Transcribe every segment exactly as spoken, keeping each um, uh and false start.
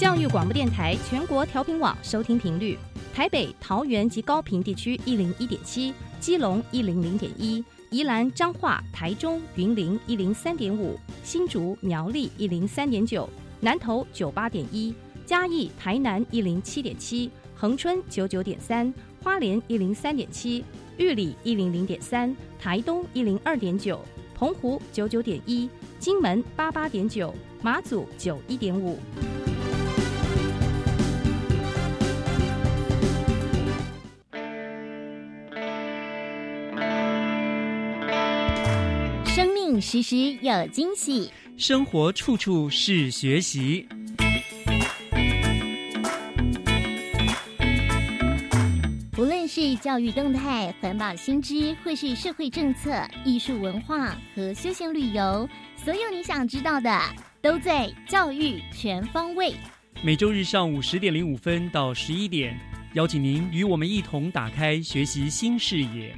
教育广播电台全国调频网收听频率：台北、桃园及高屏地区一零一点七，基隆一零零点一，宜兰、彰化、台中、云林一零三点五，新竹、苗栗一零三点九，南投九八点一，嘉义、台南一零七点七，恒春九九点三，花莲一零三点七，玉里一零零点三，台东一零二点九，澎湖九九点一，金门八八点九，马祖九一点五。 生命时时有惊喜， 生活处处是学习。 无论是教育动态、环保新知，或是社会政策、艺术文化和休闲旅游，所有你想知道的，都在教育全方位。 每周日上午十点零五分到十一点，邀请您与我们一同打开学习新视野。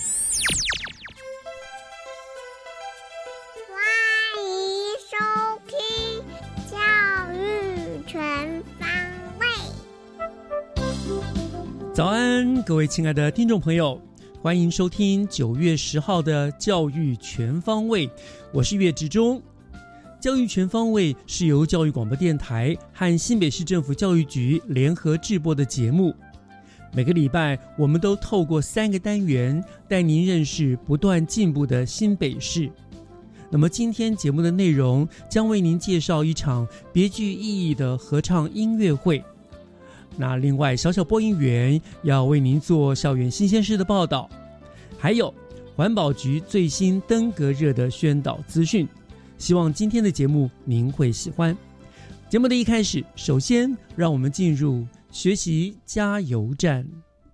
早安，各位亲爱的听众朋友，欢迎收听九月十号的教育全方位，我是岳志忠。教育全方位是由教育广播电台和新北市政府教育局联合制播的节目。每个礼拜我们都透过三个单元带您认识不断进步的新北市。那么今天节目的内容将为您介绍一场别具意义的合唱音乐会。那另外小小播音员要为您做校园新鲜事的报道，还有环保局最新登革热的宣导资讯。希望今天的节目您会喜欢。节目的一开始，首先让我们进入学习加油站。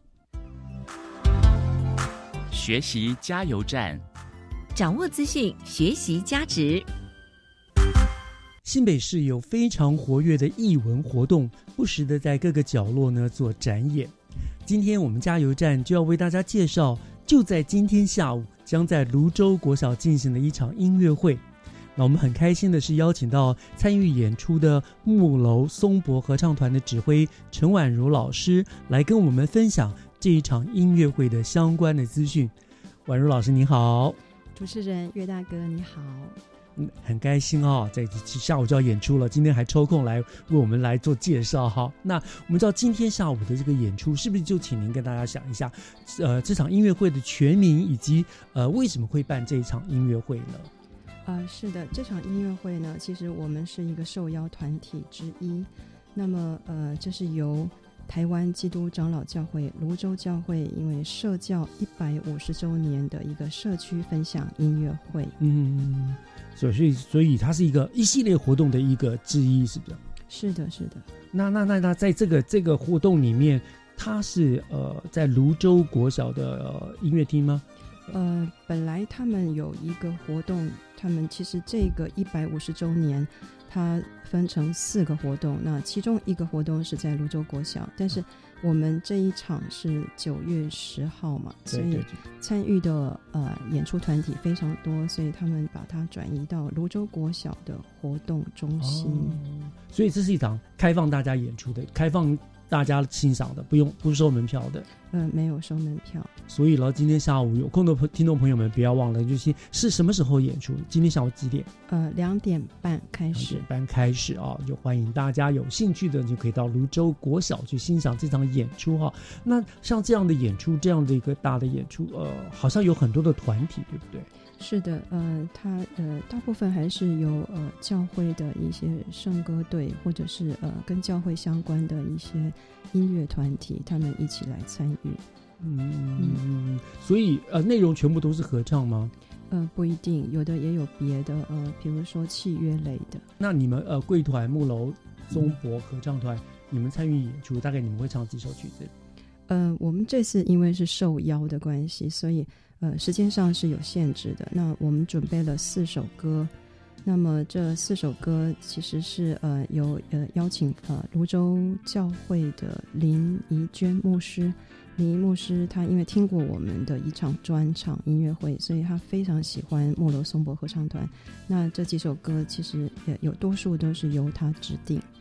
学习加油站， 掌握资讯，学习价值。 新北市有非常活跃的艺文活动，不时的在各个角落呢做展演。今天我们加油站就要为大家介绍，就在今天下午将在泸州国小进行的一场音乐会。那我们很开心的是邀请到参与演出的木楼松柏合唱团的指挥陈婉如老师来跟我们分享这一场音乐会的相关的资讯。婉如老师你好。 主持人岳大哥你好。 嗯，很开心哦，在下午就要演出了，今天还抽空来为我们来做介绍哈。那我们知道今天下午的这个演出，是不是就请您跟大家讲一下，呃，这场音乐会的全名以及呃为什么会办这一场音乐会呢？ 呃，是的，这场音乐会呢，其实我们是一个受邀团体之一。那么呃，这是由台湾基督长老教会泸州教会因为社教一百五十周年的一个社区分享音乐会。 嗯。所以，所以它是一个一系列活动的一个之一，是不是？ 是的，是的。 那那那那，在这个这个活动里面，它是呃在泸州国小的、呃、音乐厅吗？ 呃，本来他们有一个活动，他们其实这个一百五十周年，它分成四个活动，那其中一个活动是在泸州国小，但是我们这一场是九月十号嘛，所以参与的呃演出团体非常多，所以他们把它转移到泸州国小的活动中心。 哦，所以这是一场开放大家演出的，开放大家欣赏的，不用不收门票的。 嗯、呃，没有收门票。 所以呢，今天下午有空的听众朋友们不要忘了，就是是什么时候演出？今天下午几点？ 呃，两点半开始。 两点半开始啊，就欢迎大家有兴趣的就可以到泸州国小去欣赏这场演出哈。那像这样的演出，这样的一个大的演出，呃，好像有很多的团体，对不对？ 是的，呃，它呃大部分还是由呃教会的一些圣歌队，或者是呃跟教会相关的一些音乐团体，他们一起来参与。 嗯，嗯，所以呃内容全部都是合唱吗？ 呃，不一定，有的也有别的，呃，比如说器乐类的。 那你们呃贵团木楼松柏合唱团，你们参与演出，大概你们会唱几首曲子？ 呃，我们这次因为是受邀的关系，所以呃时间上是有限制的。那我们准备了四首歌，那么这四首歌其实是呃有呃邀请呃泸州教会的林怡娟牧师。林牧师他因为听过我们的一场专场音乐会，所以他非常喜欢木楼松柏合唱团。那这几首歌其实也有多数都是由他指定。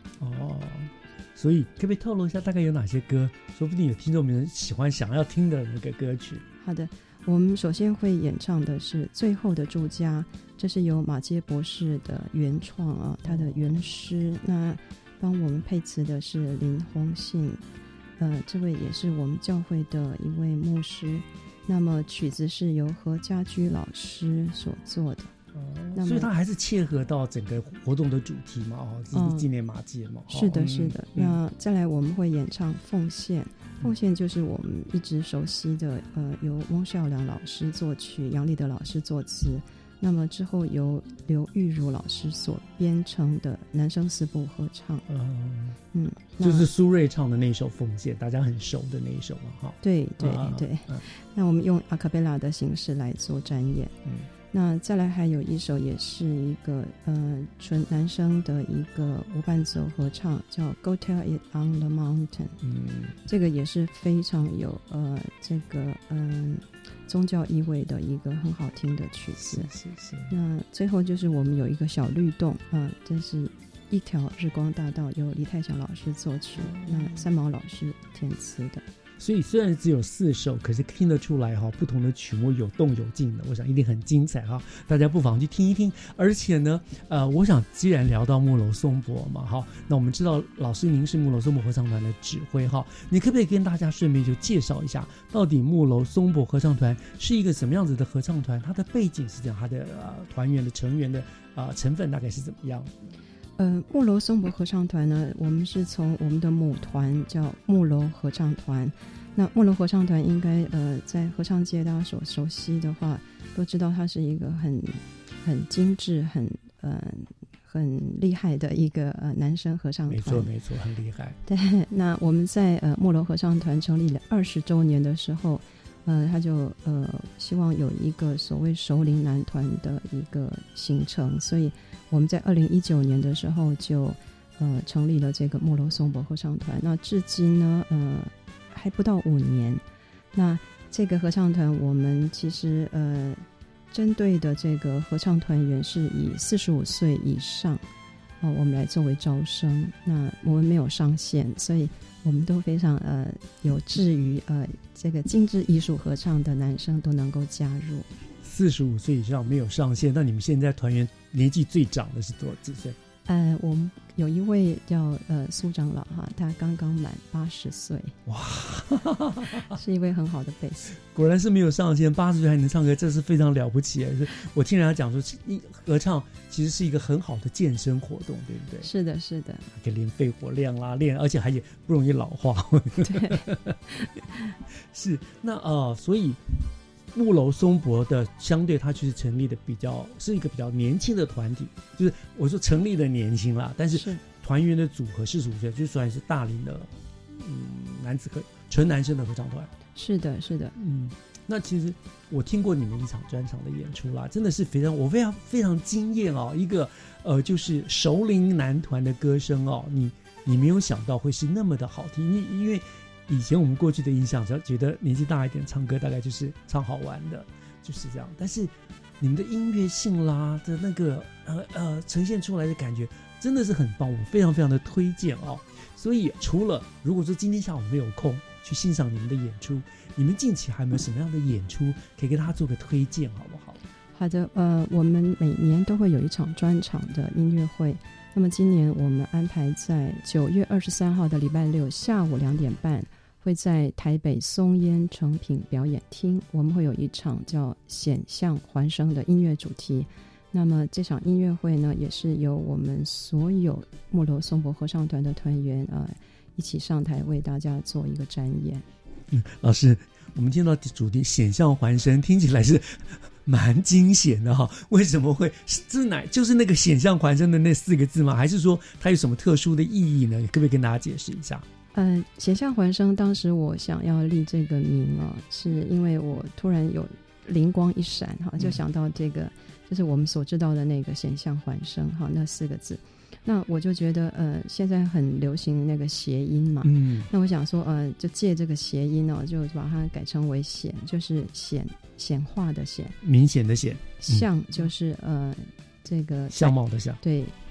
哦，所以可不可以透露一下大概有哪些歌？说不定有听众们喜欢想要听的那个歌曲。 好的，我们首先会演唱的是《最后的住家》，这是由马偕博士的原创啊，他的原诗。那帮我们配词的是林宏信，呃，这位也是我们教会的一位牧师。那么曲子是由何家驹老师所做的。 哦，所以它还是切合到整个活动的主题嘛，哦，这是纪念马偕嘛。 是的，是的。嗯、那再来我们会演唱《奉献》，奉献就是我们一直熟悉的，呃，由翁孝良老师作曲，杨立德老师作词。那么之后由刘玉茹老师所编成的男声四部合唱。 嗯嗯，就是苏芮唱的那一首《奉献》，大家很熟的那一首嘛，哈。对对对、啊。那我们用阿卡贝拉的形式来做展演。嗯。那再来还有一首也是一个呃纯男生的一个无伴奏合唱，叫 Go Tell It on the Mountain。 嗯，这个也是非常有呃这个嗯、呃、宗教意味的一个很好听的曲子。是是是。那最后就是我们有一个小律动啊、呃，这是一条日光大道，由李泰祥老师作曲，那三毛老师填词的。 所以虽然只有四首，可是听得出来哈，不同的曲目有动有静的，我想一定很精彩哈，大家不妨去听一听。而且呢，呃，我想既然聊到木楼松柏嘛，哈，那我们知道老师您是木楼松柏合唱团的指挥哈，你可不可以跟大家顺便就介绍一下，到底木楼松柏合唱团是一个什么样子的合唱团？它的背景是这样，它的呃团员的成员的啊、呃、成分大概是怎么样？ 呃，木楼松柏合唱团呢，我们是从我们的母团叫木楼合唱团。那木楼合唱团应该呃，在合唱界大家所熟悉的话，都知道它是一个很很精致、很呃很厉害的一个呃男生合唱团。 没错，没错，很厉害。 对，那我们在呃木楼合唱团成立了二十周年的时候，呃，他就呃希望有一个所谓熟龄男团的一个形成，所以我们在二零一九年的时候就呃成立了这个木楼松柏合唱团。那至今呢，呃还不到五年。那这个合唱团我们其实呃针对的这个合唱团员是以四十五岁以上哦、呃，我们来作为招生。那我们没有上限，所以我们都非常呃有志于呃这个精致艺术合唱的男生都能够加入。 四十五岁以上没有上限，那你们现在团员年纪最长的是多少几岁？ 呃，我们有一位叫呃苏长老哈，他刚刚满八十岁，哇，是一位很好的贝斯。 果然是没有上限，八十岁还能唱歌，这是非常了不起。我听人家讲说，合唱其实是一个很好的健身活动，对不对？ 是的，是的， 可以练肺活量啦，练，而且还也不容易老化。 对， 是那呃，所以。木楼松柏的相对它就是成立的比较是一个比较年轻的团体，就是我说成立的年轻啦，但是团员的组合四十五岁就算是大龄的嗯男子合纯男生的合唱团。 是的，是的， 嗯，那其实我听过你们一场专场的演出啦，真的是非常我非常非常惊艳哦，一个呃就是熟龄男团的歌声哦，你你没有想到会是那么的好听，因因为。以前我们过去的印象，只要觉得年纪大一点唱歌大概就是唱好玩的，就是这样。但是你们的音乐性啦的那个呃呃呈现出来的感觉真的是很棒，我非常非常的推荐哦。所以除了如果说今天下午没有空去欣赏你们的演出，你们近期还有没有什么样的演出可以给大家做个推荐，好不好？ 好的，呃，我们每年都会有一场专场的音乐会。那么今年我们安排在九月二十三号的礼拜六下午两点半，会在台北松烟诚品表演厅，我们会有一场叫显象还声的音乐主题。那么这场音乐会呢，也是由我们所有木楼松柏合唱团的团员呃一起上台为大家做一个展演。 嗯，老师，我们听到主题显象还声，听起来是蛮惊险的哈，为什么会是哪就是那个显象还声的那四个字吗？还是说它有什么特殊的意义呢？可不可以跟大家解释一下？ 呃，显象还声当时我想要立这个名啊，是因为我突然有灵光一闪哈，就想到这个、嗯、就是我们所知道的那个显象还声哈，那四个字。那我就觉得呃现在很流行那个谐音嘛，嗯，那我想说呃就借这个谐音哦，就把它改成为显，就是显显化的显， 明显的显， 象就是、嗯、呃这个相貌的相， 对，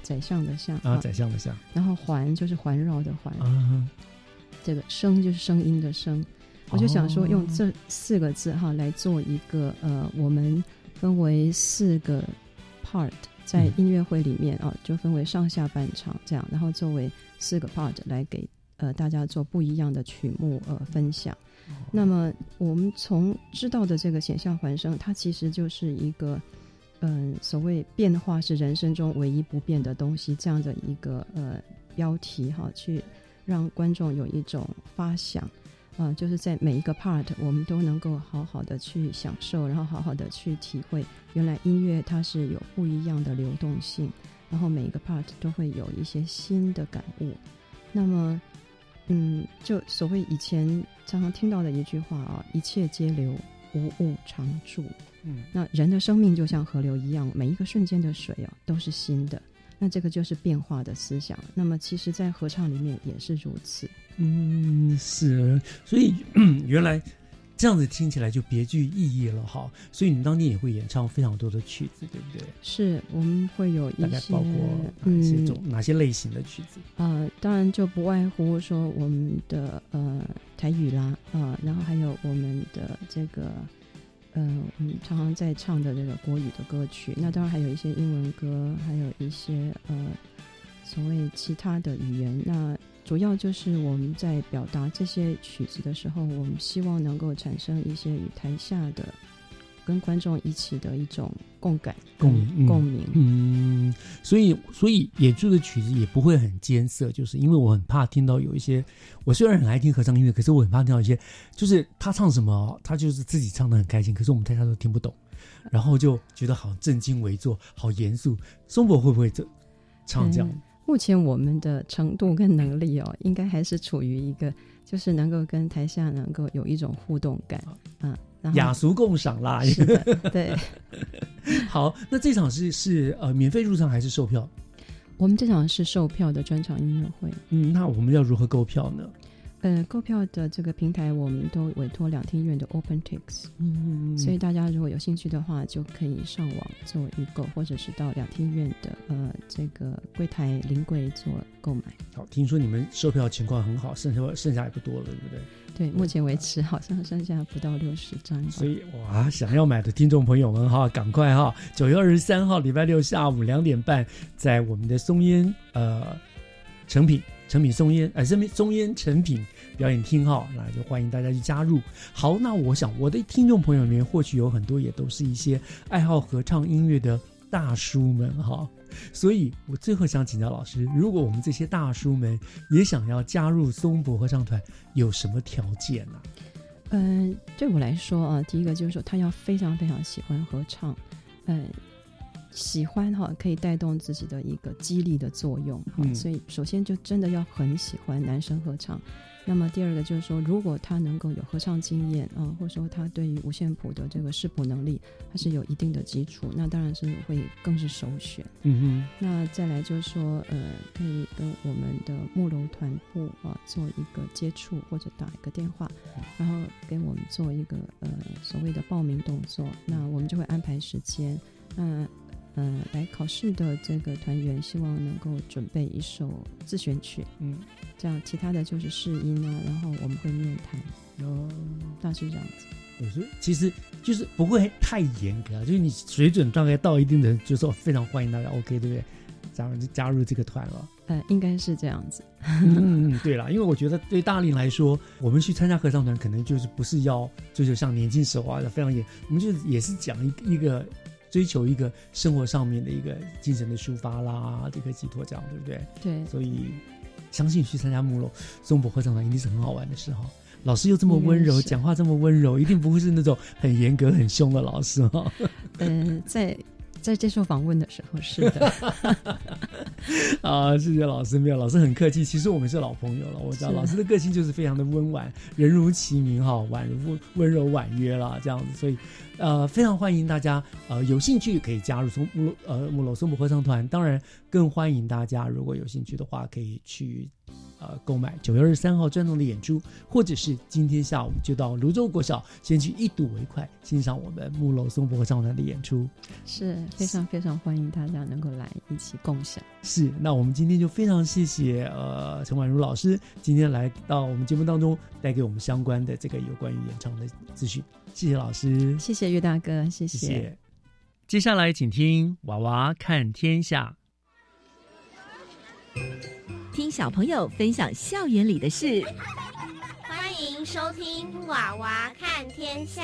宰相的相啊，宰相的相， 然后环就是环绕的环， 啊， 这个声就是声音的声。我就想说用这四个字哈来做一个呃，我们分为四个 part 在音乐会里面啊、嗯，就分为上下半场这样，然后作为四个 part 来给呃大家做不一样的曲目呃分享。哦、那么我们从知道的这个显象环声，它其实就是一个嗯、呃、所谓变化是人生中唯一不变的东西这样的一个呃标题哈，去让观众有一种发想。呃，就是在每一个 part 我们都能够好好的去享受，然后好好的去体会原来音乐它是有不一样的流动性，然后每一个 part 都会有一些新的感悟。那么嗯，就所谓以前常常听到的一句话啊，一切皆流，无物常驻。嗯，那人的生命就像河流一样，每一个瞬间的水啊都是新的，那这个就是变化的思想。那么其实在合唱里面也是如此。 嗯，是，所以原来这样子听起来就别具意义了哈。所以你们当天也会演唱非常多的曲子，对不对？ 是，我们会有一些， 大概包括哪些种、嗯、哪些类型的曲子？ 呃，当然就不外乎说我们的呃台语啦，呃，然后还有我们的这个呃我们常常在唱的这个国语的歌曲。那当然还有一些英文歌，还有一些呃所谓其他的语言。那主要就是我们在表达这些曲子的时候，我们希望能够产生一些与台下的跟观众一起的一种共感、 共鸣、嗯、 共鸣。 嗯，所以所以演出的曲子也不会很艰涩，就是因为我很怕听到有一些，我虽然很爱听合唱音乐，可是我很怕听到一些，就是他唱什么，他就是自己唱得很开心，可是我们台下都听不懂，然后就觉得好正襟危坐，好严肃。松柏会不会这唱这样？嗯， 目前我们的程度跟能力哦，应该还是处于一个就是能够跟台下能够有一种互动感啊， 雅俗共赏啦。 是的，对。 好，那这场是是呃免费入场还是售票？ 我们这场是售票的专场音乐会。 嗯，那我们要如何购票呢？ 呃，购票的这个平台我们都委托两厅院的 OpenTix， 嗯，所以大家如果有兴趣的话，就可以上网做预购，或者是到两厅院的呃这个柜台临柜做购买。 好，听说你们售票情况很好，剩下剩下也不多了，对不对？ 对，目前为止好像剩下不到六十张。 所以哇，想要买的听众朋友们哈，赶快哈，九月二十三号礼拜六下午两点半，在我们的松烟呃成品。成品松烟，呃，松烟成品表演厅哈，那就欢迎大家去加入。好，那我想我的听众朋友里面，或许有很多也都是一些爱好合唱音乐的大叔们哈，所以我最后想请教老师，如果我们这些大叔们也想要加入松柏合唱团，有什么条件呢？ 嗯、呃，对我来说啊，第一个就是说他要非常非常喜欢合唱，嗯、呃。喜欢哈，可以带动自己的一个激励的作用，嗯，所以首先就真的要很喜欢男生合唱。那么第二个就是说，如果他能够有合唱经验啊，或者说他对于五线谱的这个视谱能力，他是有一定的基础，那当然是会更是首选。嗯哼。那再来就是说，呃，可以跟我们的木楼团部啊做一个接触，或者打一个电话，然后给我们做一个呃所谓的报名动作。那我们就会安排时间。那呃，来考试的这个团员希望能够准备一首自选曲，嗯，这样其他的就是试音啊，然后我们会面谈，哦，大致这样子。 我说其实就是不会太严格，就是你水准大概到一定的，就是说非常欢迎大家 OK， 对不对？这样就加入这个团了。 呃，应该是这样子。 嗯，对啦，因为我觉得对大龄来说，我们去参加合唱团，可能就是不是要就是像年轻时候啊非常严，我们就也是讲一一个。追求一个生活上面的一个精神的抒发啦，这个寄托，这样对不对？ 对， 所以相信去参加木楼松柏合唱团一定是很好玩的事哈。老师又这么温柔，讲话这么温柔，一定不会是那种很严格、很凶的老师哈。 嗯、呃，在在接受访问的时候是的。 啊，谢谢老师，没有老师很客气。其实我们是老朋友了，我知道老师的个性就是非常的温婉，人如其名哈，婉如温柔婉约啦，这样子，所以呃非常欢迎大家呃有兴趣可以加入松木楼呃木楼松柏合唱团，当然更欢迎大家如果有兴趣的话可以去呃购买九月二十三号专场的演出，或者是今天下午就到泸州国小先去一睹为快，欣赏我们木楼松柏合唱团的演出。 是非常非常欢迎大家能够来一起共享。 是，那我们今天就非常谢谢呃陈婉如老师今天来到我们节目当中，带给我们相关的这个有关于演唱的资讯。谢谢老师， 谢谢岳大哥，谢谢。 谢谢。接下来请听娃娃看天下， 听小朋友分享校园里的事。 欢迎收听娃娃看天下。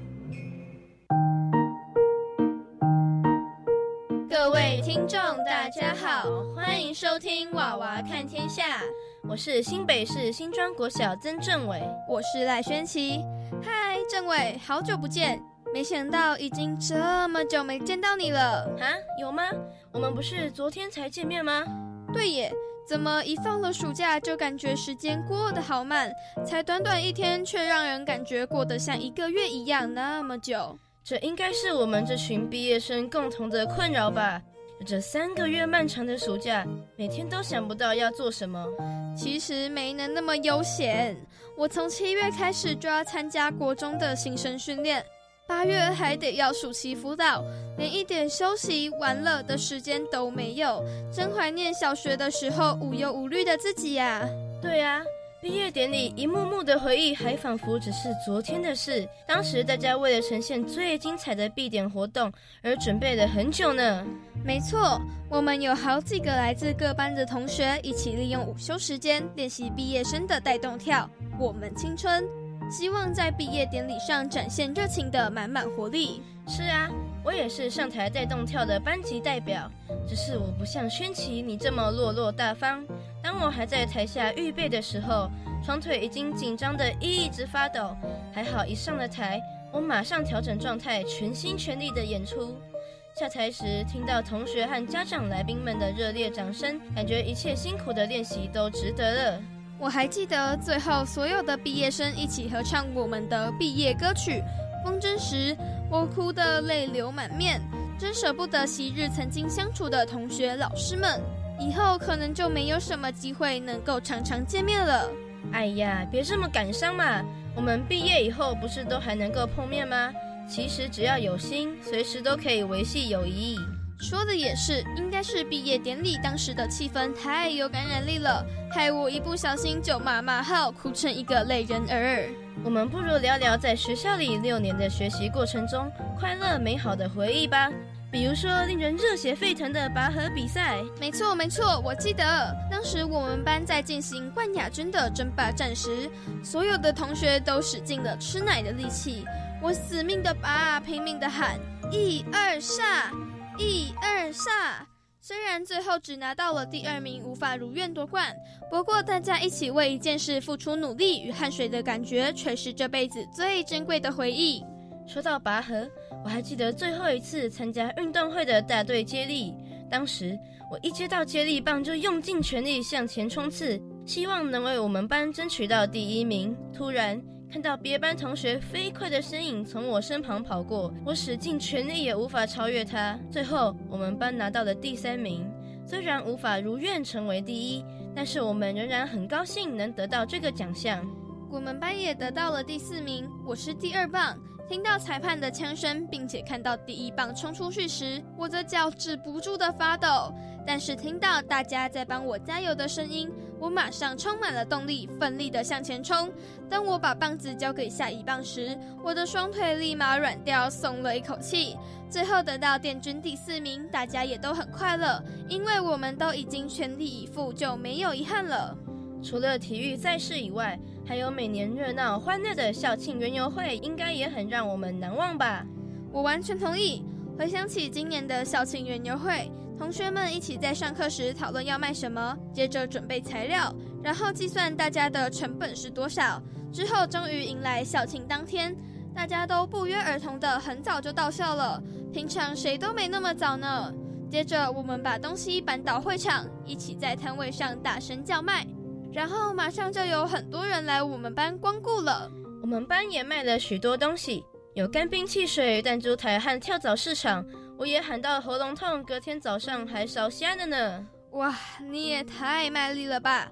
各位听众大家好，欢迎收听娃娃看天下，我是新北市新庄国小曾正伟。 我是赖宣琪。嗨，正伟，好久不见，没想到已经这么久没见到你了。 啊，有吗？我们不是昨天才见面吗？ 对耶，怎么一放了暑假就感觉时间过得好慢，才短短一天却让人感觉过得像一个月一样那么久。 这应该是我们这群毕业生共同的困扰吧。这三个月漫长的暑假，每天都想不到要做什么。 其实没能那么悠闲，我从七月开始就要参加国中的新生训练，八月还得要暑期辅导，连一点休息玩乐的时间都没有，真怀念小学的时候无忧无虑的自己呀。 对啊，毕业典礼一幕幕的回忆还仿佛只是昨天的事，当时大家为了呈现最精彩的毕典活动而准备了很久呢。 没错，我们有好几个来自各班的同学一起利用午休时间练习毕业生的带动跳我们青春，希望在毕业典礼上展现热情的满满活力。 是啊，我也是上台带动跳的班级代表，只是我不像宣琪你这么落落大方。当我还在台下预备的时候，双腿已经紧张的一直发抖，还好一上了台，我马上调整状态，全心全力的演出。下台时听到同学和家长来宾们的热烈掌声，感觉一切辛苦的练习都值得了。 我还记得最后所有的毕业生一起合唱我们的毕业歌曲《风筝》时，我哭得泪流满面，真舍不得昔日曾经相处的同学老师们，以后可能就没有什么机会能够常常见面了。 哎呀，别这么感伤嘛，我们毕业以后不是都还能够碰面吗？其实只要有心，随时都可以维系友谊。 说的也是，应该是毕业典礼当时的气氛太有感染力了，害我一不小心就骂骂号，哭成一个泪人儿。 我们不如聊聊在学校里六年的学习过程中快乐美好的回忆吧。比如说令人热血沸腾的拔河比赛。 没错没错，我记得当时我们班在进行冠亚军的争霸战时，所有的同学都使尽了吃奶的力气，我死命的拔，拼命的喊一二下一二下。虽然最后只拿到了第二名，无法如愿夺冠，不过大家一起为一件事付出努力与汗水的感觉，却是这辈子最珍贵的回忆。 说到拔河，我还记得最后一次参加运动会的大队接力，当时我一接到接力棒就用尽全力向前冲刺，希望能为我们班争取到第一名。突然看到别班同学飞快的身影从我身旁跑过，我使尽全力也无法超越他，最后我们班拿到了第三名。虽然无法如愿成为第一，但是我们仍然很高兴能得到这个奖项。 我们班也得到了第四名，我是第二棒。听到裁判的枪声，并且看到第一棒冲出去时，我的脚止不住的发抖。但是听到大家在帮我加油的声音，我马上充满了动力，奋力的向前冲。当我把棒子交给下一棒时，我的双腿立马软掉，松了一口气。最后得到殿军第四名，大家也都很快乐，因为我们都已经全力以赴，就没有遗憾了。 除了体育赛事以外，还有每年热闹欢乐的校庆园游会，应该也很让我们难忘吧？ 我完全同意。回想起今年的校庆园游会，同学们一起在上课时讨论要卖什么，接着准备材料，然后计算大家的成本是多少。之后终于迎来校庆当天，大家都不约而同的很早就到校了，平常谁都没那么早呢。接着我们把东西搬到会场，一起在摊位上大声叫卖，然后马上就有很多人来我们班光顾了。 我们班也卖了许多东西，有干冰汽水、弹珠台和跳蚤市场，我也喊到喉咙痛，隔天早上还烧虾的呢。 哇，你也太卖力了吧！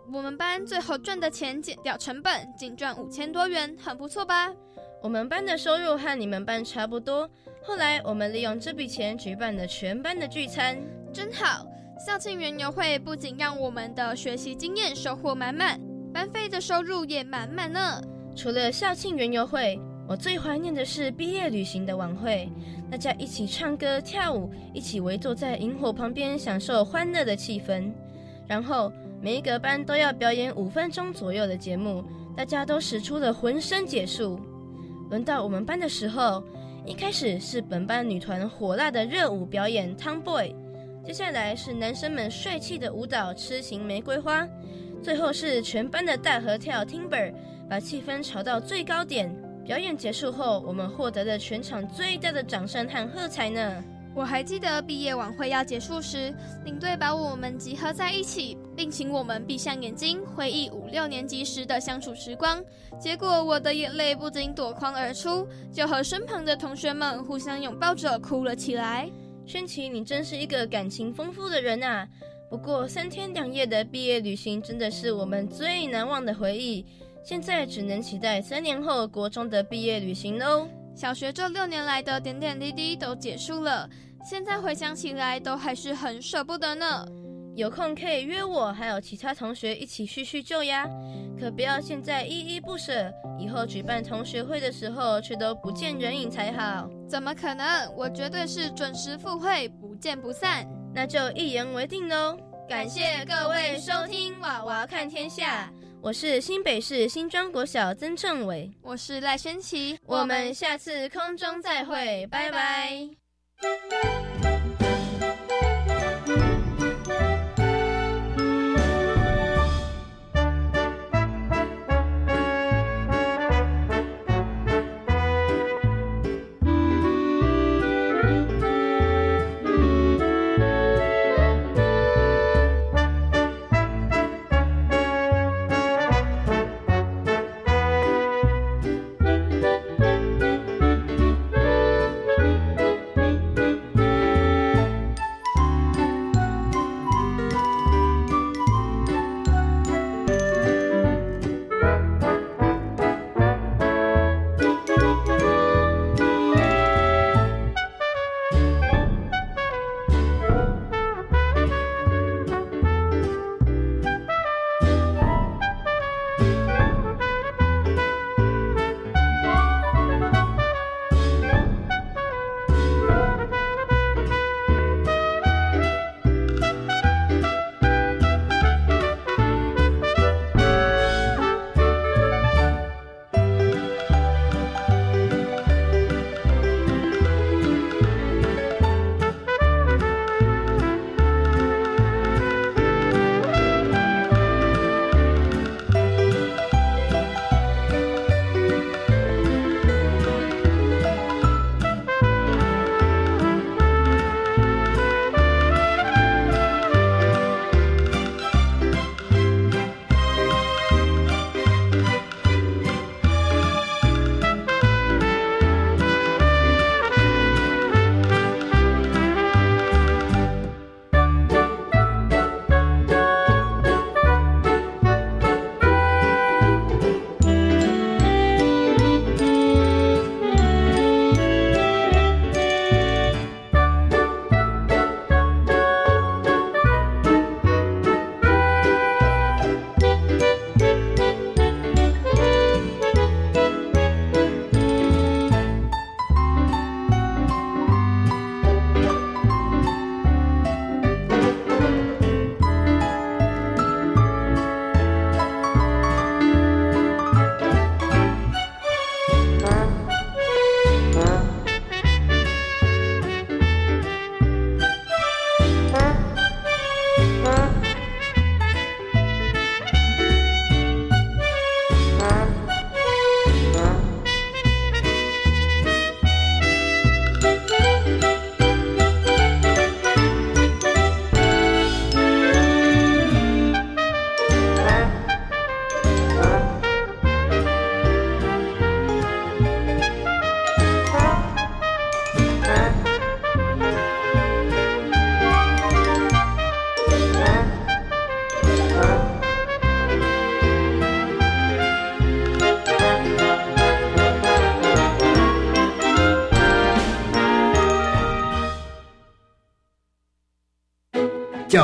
我们班最后赚的钱减掉成本，净赚五千多元，很不错吧？ 我们班的收入和你们班差不多。后来我们利用这笔钱举办了全班的聚餐， 真好。校庆园游会不仅让我们的学习经验收获满满，班费的收入也满满呢。 除了校庆园游会，我最怀念的是毕业旅行的晚会，大家一起唱歌跳舞，一起围坐在萤火旁边享受欢乐的气氛。然后每一个班都要表演五分钟左右的节目，大家都使出了浑身解数。轮到我们班的时候，一开始是本班女团火辣的热舞表演 Tomboy， 接下来是男生们帅气的舞蹈痴情玫瑰花，最后是全班的大合跳 Timber， 把气氛炒到最高点。表演结束后，我们获得了全场最大的掌声和喝彩呢。 我还记得毕业晚会要结束时，领队把我们集合在一起，并请我们闭上眼睛回忆五六年级时的相处时光。结果我的眼泪不禁夺眶而出，就和身旁的同学们互相拥抱着哭了起来。 轩琪，你真是一个感情丰富的人啊！不过三天两夜的毕业旅行真的是我们最难忘的回忆，现在只能期待三年后国中的毕业旅行咯。 小学这六年来的点点滴滴都结束了，现在回想起来都还是很舍不得呢。 有空可以约我还有其他同学一起叙叙旧呀，可不要现在依依不舍，以后举办同学会的时候却都不见人影才好。 怎么可能？我绝对是准时赴会，不见不散。 那就一言为定咯。感谢各位收听娃娃看天下，我是新北市新庄国小曾正伟， 我是赖轩琪， 我们下次空中再会，拜拜。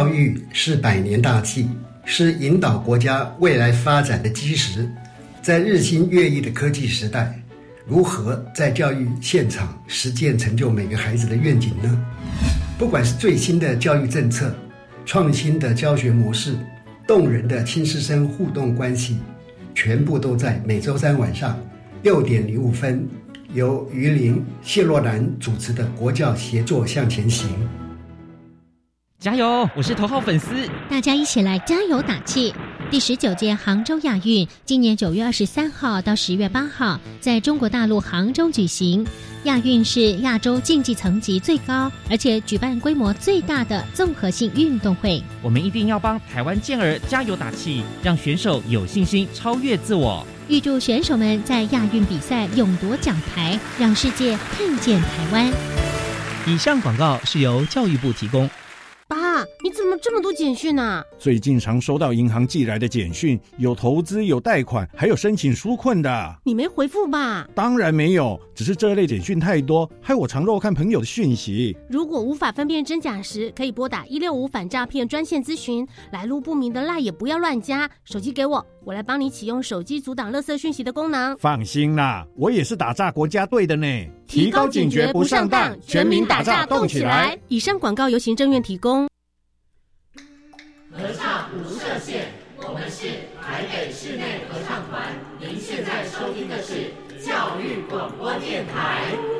教育是百年大计，是引导国家未来发展的基石。在日新月异的科技时代，如何在教育现场实践成就每个孩子的愿景呢？不管是最新的教育政策、创新的教学模式、动人的亲师生互动关系，全部都在每周三晚上六点零五分，由于林、谢若兰主持的国教协作向前行。 加油！我是头号粉丝， 大家一起来加油打气！第十九届杭州亚运今年九月二十三号到十月八号在中国大陆杭州举行。亚运是亚洲竞技层级最高，而且举办规模最大的综合性运动会。 我们一定要帮台湾健儿加油打气，让选手有信心超越自我。 预祝选手们在亚运比赛勇夺奖牌，让世界看见台湾。 以上广告是由教育部提供。 爸，你怎么这么多简讯啊？ 最近常收到银行寄来的简讯，有投资，有贷款，还有申请纾困的。 你没回复吧？ 当然没有，只是这类简讯太多，害我常漏看朋友的讯息。 如果无法分辨真假时，可以拨打一六五反诈骗专线咨询。来路不明的赖也不要乱加。手机给我，我来帮你启用手机阻挡垃圾讯息的功能。 放心啦，我也是打诈国家队的呢。 提高警觉不上当，全民打诈动起来。以上广告由行政院提供。 合唱无设限，我们是台北室内合唱团。您现在收听的是教育广播电台。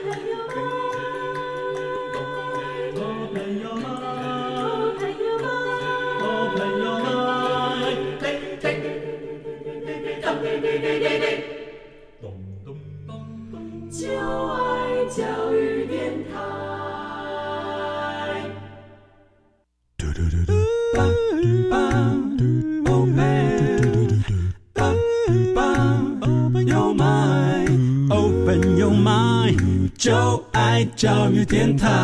就爱教育电台。Open your mind, open your mind， 就爱教育电台。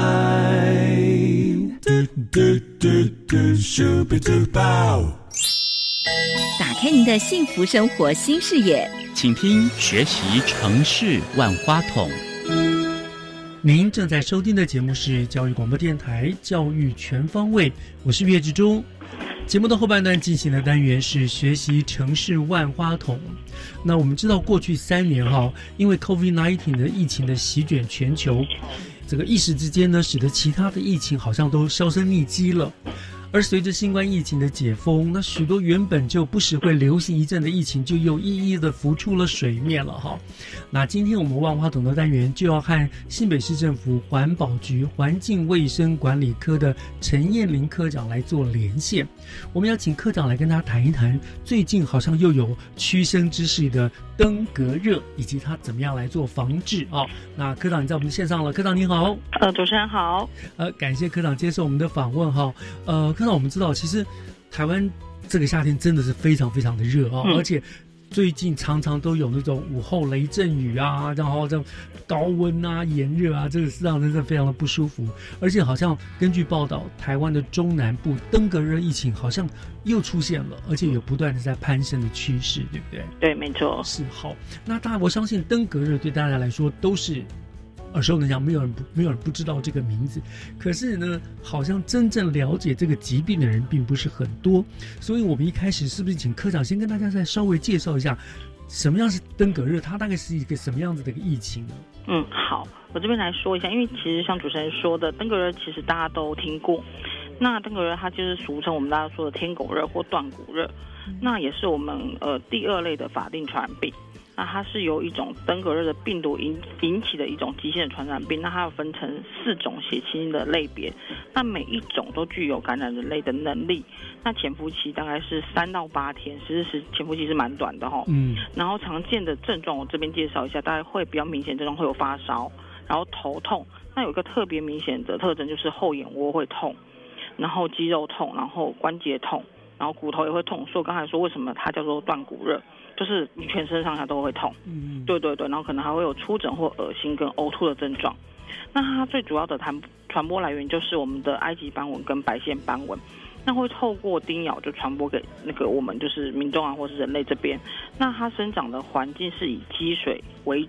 打开您的幸福生活新视野， 请听学习城市万花筒。 您正在收听的节目是教育广播电台教育全方位，我是岳志忠。节目的后半段进行的单元是学习城市万花筒。那我们知道过去三年哈，因为 COVID 十九 的疫情的席卷全球，这个一时之间呢，使得其他的疫情好像都销声匿迹了。而随着新冠疫情的解封，那许多原本就不时会流行一阵的疫情就又一一的浮出了水面了哈。那今天我们万花筒的单元就要和新北市政府环保局环境卫生管理科的陈燕玲科长来做连线。我们要请科长来跟大家谈一谈最近好像又有趋生之势的登革热，以及它怎么样来做防治啊。那科长你在我们的线上了，科长你好。 呃，主持人好。 呃，感谢科长接受我们的访问哈。呃。那我们知道，其实台湾这个夏天真的是非常非常的热啊、嗯，而且最近常常都有那种午后雷阵雨啊，然后这种高温啊、炎热啊，这个是让人真的非常的不舒服。而且好像根据报道，台湾的中南部登革热疫情好像又出现了，而且有不断的在攀升的趋势，对不对？ 对，没错。 是好。那当然，我相信登革热对大家来说都是耳熟能详，没有人不没有人不知道这个名字。可是呢，好像真正了解这个疾病的人并不是很多。所以我们一开始是不是请科长先跟大家再稍微介绍一下，什么样是登革热？它大概是一个什么样子的一个疫情呢？ 嗯，好，我这边来说一下，因为其实像主持人说的，登革热其实大家都听过。那登革热它就是俗称我们大家说的天狗热或断骨热，嗯、那也是我们呃第二类的法定传染病。那它是由一种登革热的病毒引引起的一种急性的传染病，那它要分成四种血清的类别，那每一种都具有感染人类的能力。那潜伏期大概是三到八天，其实是潜伏期是蛮短的哈。嗯。然后常见的症状我这边介绍一下，大概会比较明显症状会有发烧，然后头痛。那有一个特别明显的特征就是后眼窝会痛，然后肌肉痛，然后关节痛，然后骨头也会痛。所以我刚才说为什么它叫做断骨热？就是你全身上下都会痛，嗯，对对对，然后可能还会有出疹或恶心跟呕吐的症状。那它最主要的传传播来源就是我们的埃及斑纹跟白线斑纹，那会透过叮咬就传播给那个我们就是民众啊或是人类这边。那它生长的环境是以积水为主，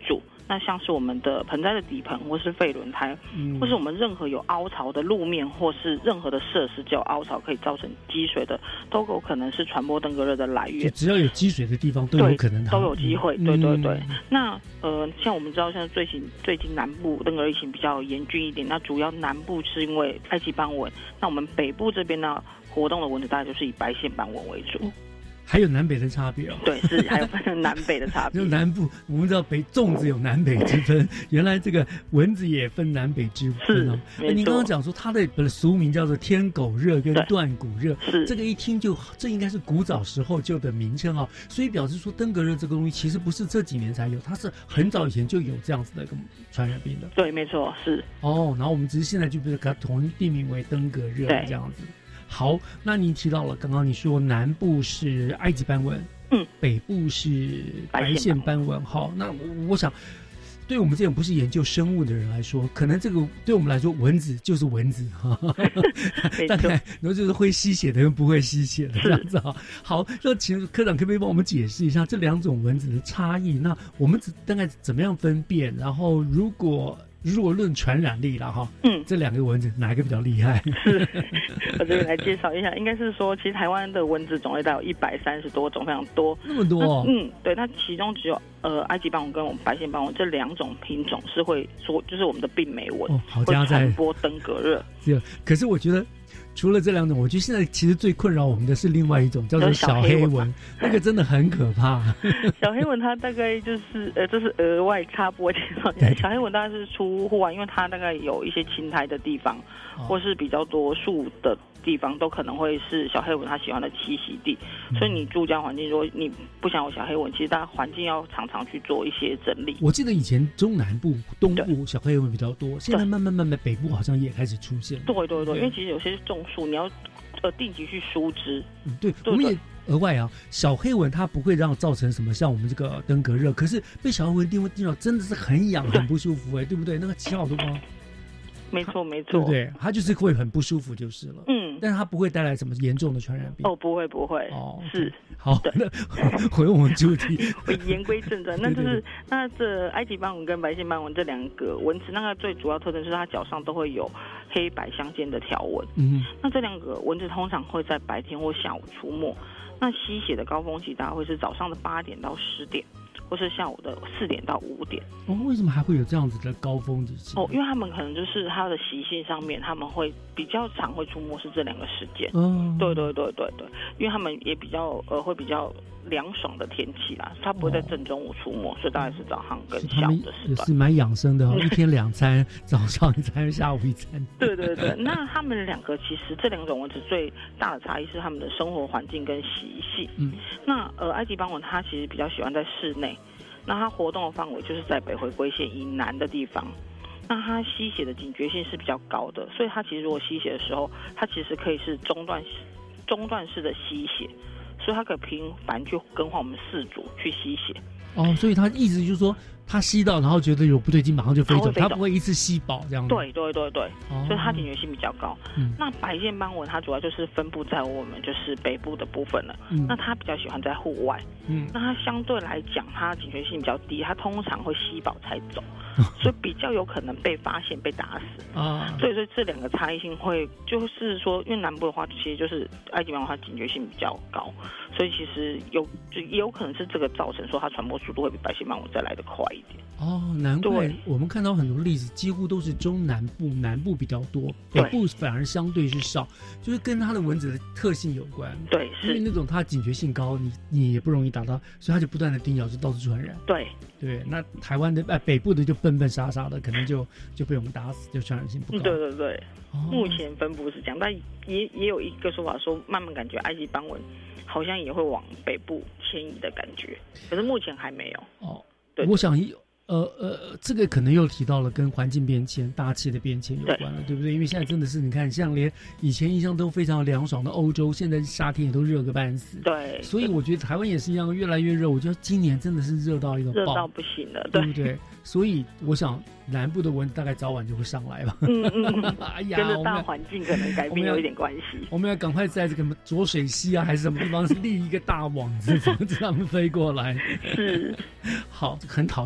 那像是我们的盆栽的底盆，或是废轮胎，嗯、或是我们任何有凹槽的路面，或是任何的设施只有凹槽可以造成积水的，都有可能是传播登革热的来源。 只要有积水的地方都有可能， 都有机会。嗯、对对对。 嗯、 那呃，像我们知道，现在最近最近南部登革热疫情比较严峻一点，那主要南部是因为埃及斑纹，那我们北部这边呢，活动的蚊子大概就是以白线斑纹为主。 哦，还有南北的差别哦。 对，是还有分南北的差别。 就南部，我们知道北粽子有南北之分，原来这个蚊子也分南北之分哦。 是， 您刚刚讲说它的俗名叫做天狗热跟断骨热， 是这个一听就这应该是古早时候就的名称哦。所以表示说登革热这个东西其实不是这几年才有，它是很早以前就有这样子的一个传染病的。 对，没错，是。 哦，然后我们只是现在就把它统一定名为登革热这样子。好，那你提到了刚刚你说南部是埃及斑纹， 嗯， 北部是白线斑纹。好，那我我想，对我们这种不是研究生物的人来说，可能这个对我们来说，蚊子就是蚊子哈，大概然后就是会吸血的跟不会吸血的这样子哈。好，那请科长可不可以帮我们解释一下这两种蚊子的差异？那我们大概怎么样分辨？然后如果如果论传染力了哈， 嗯， 这两个蚊子哪一个比较厉害？ 是，我这边来介绍一下，应该是说，其实台湾的蚊子种类大概有一百三十多种，非常多， 那么多、哦。 嗯，对，它其中只有呃埃及斑纹跟我们白线斑纹这两种品种是会说，就是我们的病媒蚊， 哦，好会加在传播登革热。 是，可是我觉得。除了这两种，我觉得现在其实最困扰我们的是另外一种，叫做小黑蚊，那个真的很可怕。 小黑蚊它大概就是呃，这是额外插播介绍一下。小黑蚊大概是出户外，因为它大概有一些青苔的地方，哦、或是比较多树的地方，都可能会是小黑蚊它喜欢的栖息地。嗯、所以你住家环境，如果你不想有小黑蚊，其实大家环境要常常去做一些整理。 我记得以前中南部、东部小黑蚊比较多，现在慢慢慢慢北部好像也开始出现。 对对对，因为其实有些种树你要呃定期去疏枝。 嗯，对，我们也额外啊，小黑蚊它不会让造成什么像我们这个登革热，可是被小黑蚊叮叮到真的是很痒很不舒服哎、欸，对不对？那个起好多包。 没错没错， 对不对？它就是会很不舒服就是了。 嗯， 但是它不会带来什么严重的传染病。 哦，不会不会。哦，是。 好，那回我们主题， 回言归正传，那就是对对对那这埃及斑纹跟白线斑纹这两个蚊子，那个最主要特征是它脚上都会有黑白相间的条纹。 嗯， 那这两个蚊子通常会在白天或下午出没。那吸血的高峰期大概会是早上的八点到十点，或是下午的四点到五点。 哦，为什么还会有这样子的高峰期？ 哦，因为他们可能就是它的习性上面，他们会比较常会出没是这两个时间。 嗯， 对对对对对，因为他们也比较呃会比较凉爽的天气啦，它不会在正中午出没，哦、所以大概是早上跟下午的时段。 也是蛮养生的哦，一天两餐，早上一餐，下午一餐。 对对对，那他们两个其实这两种蚊子最大的差异是他们的生活环境跟习性。 嗯， 那呃埃及斑纹它其实比较喜欢在室内。那它活动的范围就是在北回归线以南的地方，那它吸血的警觉性是比较高的，所以它其实如果吸血的时候，它其实可以是中断中断式的吸血，所以它可以频繁去更换我们四组去吸血。 哦，所以它意思就是说，它吸到然后觉得有不对劲，马上就飞走，它不会一次吸饱这样子。 对对对对，哦、所以它警觉性比较高。 嗯， 那白线斑纹它主要就是分布在我们就是北部的部分了。 嗯， 那它比较喜欢在户外。 嗯， 那它相对来讲，它警觉性比较低，它通常会吸饱才走，所以比较有可能被发现被打死啊。 所以说这两个差异性会就是说，因为南部的话，其实就是埃及斑纹它警觉性比较高，所以其实有就也有可能是这个造成说它传播速度会比白线斑纹再来得快一点。 哦，难怪我们看到很多例子，几乎都是中南部，南部比较多，北部反而相对是少，就是跟它的蚊子的特性有关。 对，是因为那种它警觉性高，你你也不容易打到，所以它就不断的叮咬，就到处传染。 对对，那台湾的呃北部的就笨笨傻傻的，可能就就被我们打死，就传染性不高。 对对对， 哦、 目前分布是这样，但也也有一个说法说，慢慢感觉埃及斑纹好像也会往北部迁移的感觉，可是目前还没有。 哦， 对， 我想呃呃，这个可能又提到了跟环境变迁、大气的变迁有关了， 对, 对不对？因为现在真的是你看，像连以前印象都非常凉爽的欧洲，现在夏天也都热个半死。 对， 所以我觉得台湾也是一样，越来越热。我觉得今年真的是热到一个热到不行了， 对不对？所以我想南部的蚊大概早晚就会上来吧。 嗯嗯， 哎呀， 跟着大环境可能改变有一点关系。 我们要赶快在这个浊水溪啊，还是什么地方立一个大网子，防止它们飞过来。 是， 好，很讨厌啊。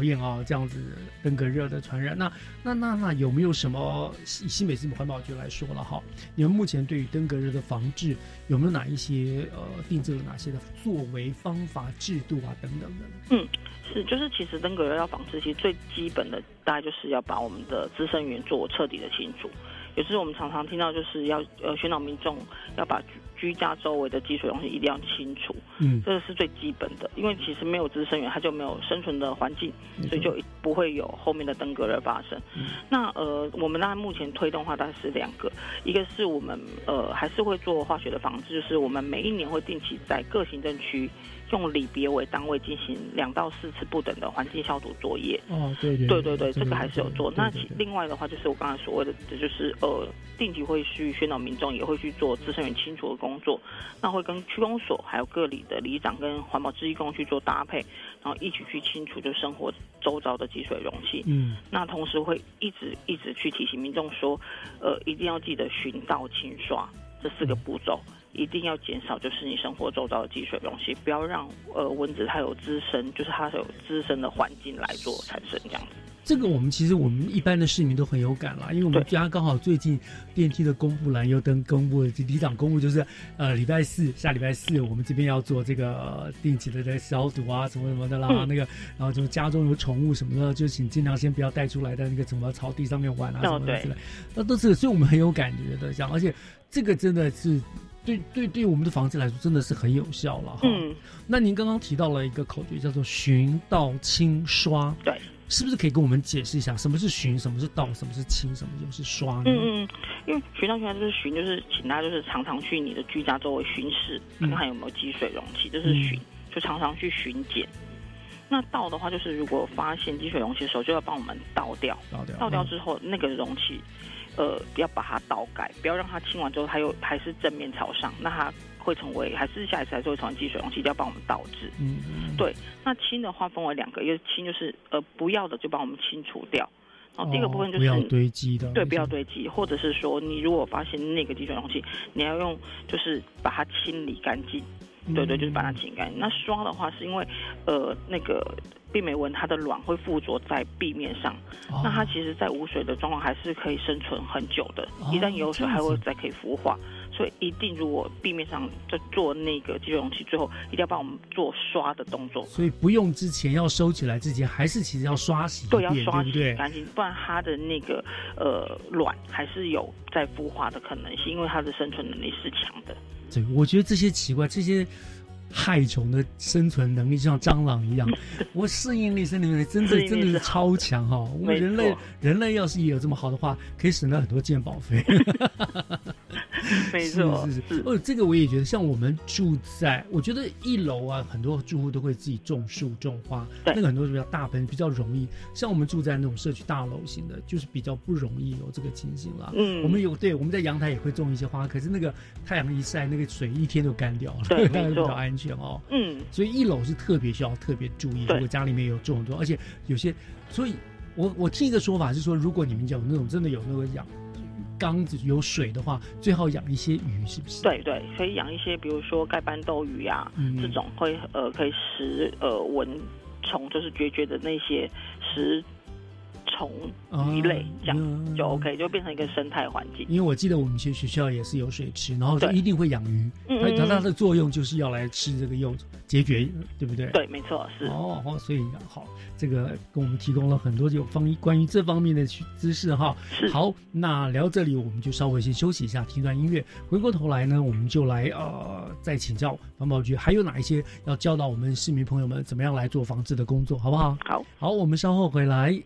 这样子登革热的传染。那那那那有没有什么以新北市环保局来说了哈？你们目前对于登革热的防治有没有哪一些呃定制了哪些的作为方法、制度啊等等的？ 嗯，是，就是其实登革热要防治，其实最基本的大概就是要把我们的滋生源做彻底的清除。也就是我们常常听到，就是要呃宣导民众要把居家周围的积水容器一定要清除，嗯，这个是最基本的，因为其实没有滋生源，它就没有生存的环境，所以就不会有后面的登革热发生。嗯、那呃，我们大概目前推动的话大概是两个，一个是我们呃还是会做化学的防治，就是我们每一年会定期在各行政区用里别为单位进行两到四次不等的环境消毒作业。 哦，对对对对对，这个还是有做。 对对对那其另外的话，就是我刚才所谓的，就是呃，定期会去宣导民众，也会去做滋生源清除的工作。那会跟区公所还有各里的里长跟环保志义工去做搭配，然后一起去清除就生活周遭的积水容器。嗯，那同时会一直一直去提醒民众说，呃，一定要记得巡倒清刷这四个步骤。嗯，一定要减少就是你生活周遭的积水容器，不要让呃蚊子它有滋生，就是它有滋生的环境来做产生这样子。 这个我们其实我们一般的市民都很有感啦，因为我们家刚好最近电梯的公布栏又登公布里长公布，就是呃礼拜四下礼拜四我们这边要做这个定期的这个消毒啊什么什么的啦，嗯、那个然后就家中有宠物什么的，就请尽量先不要带出来在那个什么草地上面玩啊什么的之类，那都是所以我们很有感觉的这样，而且这个真的是。对对对，我们的防治来说真的是很有效了哈。嗯，那您刚刚提到了一个口诀叫做巡倒清刷， 对， 是不是可以跟我们解释一下什么是巡，什么是倒，什么是清，什么又是刷呢？ 嗯嗯，因为巡倒清刷就是巡，就是请大家就是常常去你的居家周围巡视，看看有没有积水容器，这、就是巡，嗯、就常常去巡检。那倒的话，就是如果发现积水容器的时候，就要帮我们倒掉，倒掉，倒掉之后，嗯、那个容器。呃，要把它倒盖，不要让它清完之后，它又还是正面朝上，那它会成为还是下一次还是会成为积水容器，一定要帮我们倒置。嗯嗯。对，那清的话分为两个，一个清就是呃不要的就帮我们清除掉，然后第二个部分就是、 哦、不要堆积的， 对，不要堆积，或者是说你如果发现那个积水容器，你要用就是把它清理干净。对对，就是把它清干净。那刷的话，是因为呃那个病媒蚊它的卵会附着在壁面上，哦、那它其实在无水的状况还是可以生存很久的，哦、一旦有水还会再可以孵化。所以一定如果壁面上在做那个积水容器，最后一定要帮我们做刷的动作。 所以不用之前要收起来之前，还是其实要刷洗一遍， 对，要刷洗对干净，不然它的那个呃卵还是有在孵化的可能性，因为它的生存能力是强的。 对，我觉得这些奇怪，这些害虫的生存能力就像蟑螂一样，我适应力、生存力真的真的是超强哈！我们人类人类要是也有这么好的话，可以省到很多健保费。 没错， 是是是。哦，这个我也觉得，像我们住在，我觉得一楼啊，很多住户都会自己种树种花，那个很多是比较大盆，比较容易。像我们住在那种社区大楼型的，就是比较不容易有这个情形啦。嗯，我们有对，我们在阳台也会种一些花，可是那个太阳一晒，那个水一天就干掉了， 对， 大家比较安全哦。嗯，所以一楼是特别需要特别注意，如果家里面有种很多，而且有些，所以我我听一个说法是说，如果你们有那种真的有那个养缸子有水的话，最好养一些鱼，是不是？ 对对，可以养一些，比如说盖斑斗鱼啊，嗯、这种会呃可以食呃蚊虫，就是绝绝的那些食虫鱼类，这样、嗯、就 OK， 就变成一个生态环境。 因为我记得我们学学校也是有水池，然后就一定会养鱼，它它的作用就是要来吃这个幼虫，解决，对不对？ 对，没错，是。 哦哦，所以好，这个跟我们提供了很多有方关于这方面的知识哈。好，那聊到这里，我们就稍微先休息一下，听段音乐。回过头来呢，我们就来呃再请教环保局还有哪一些要教导我们市民朋友们怎么样来做防治的工作，好不好？ 好， 好，我们稍后回来。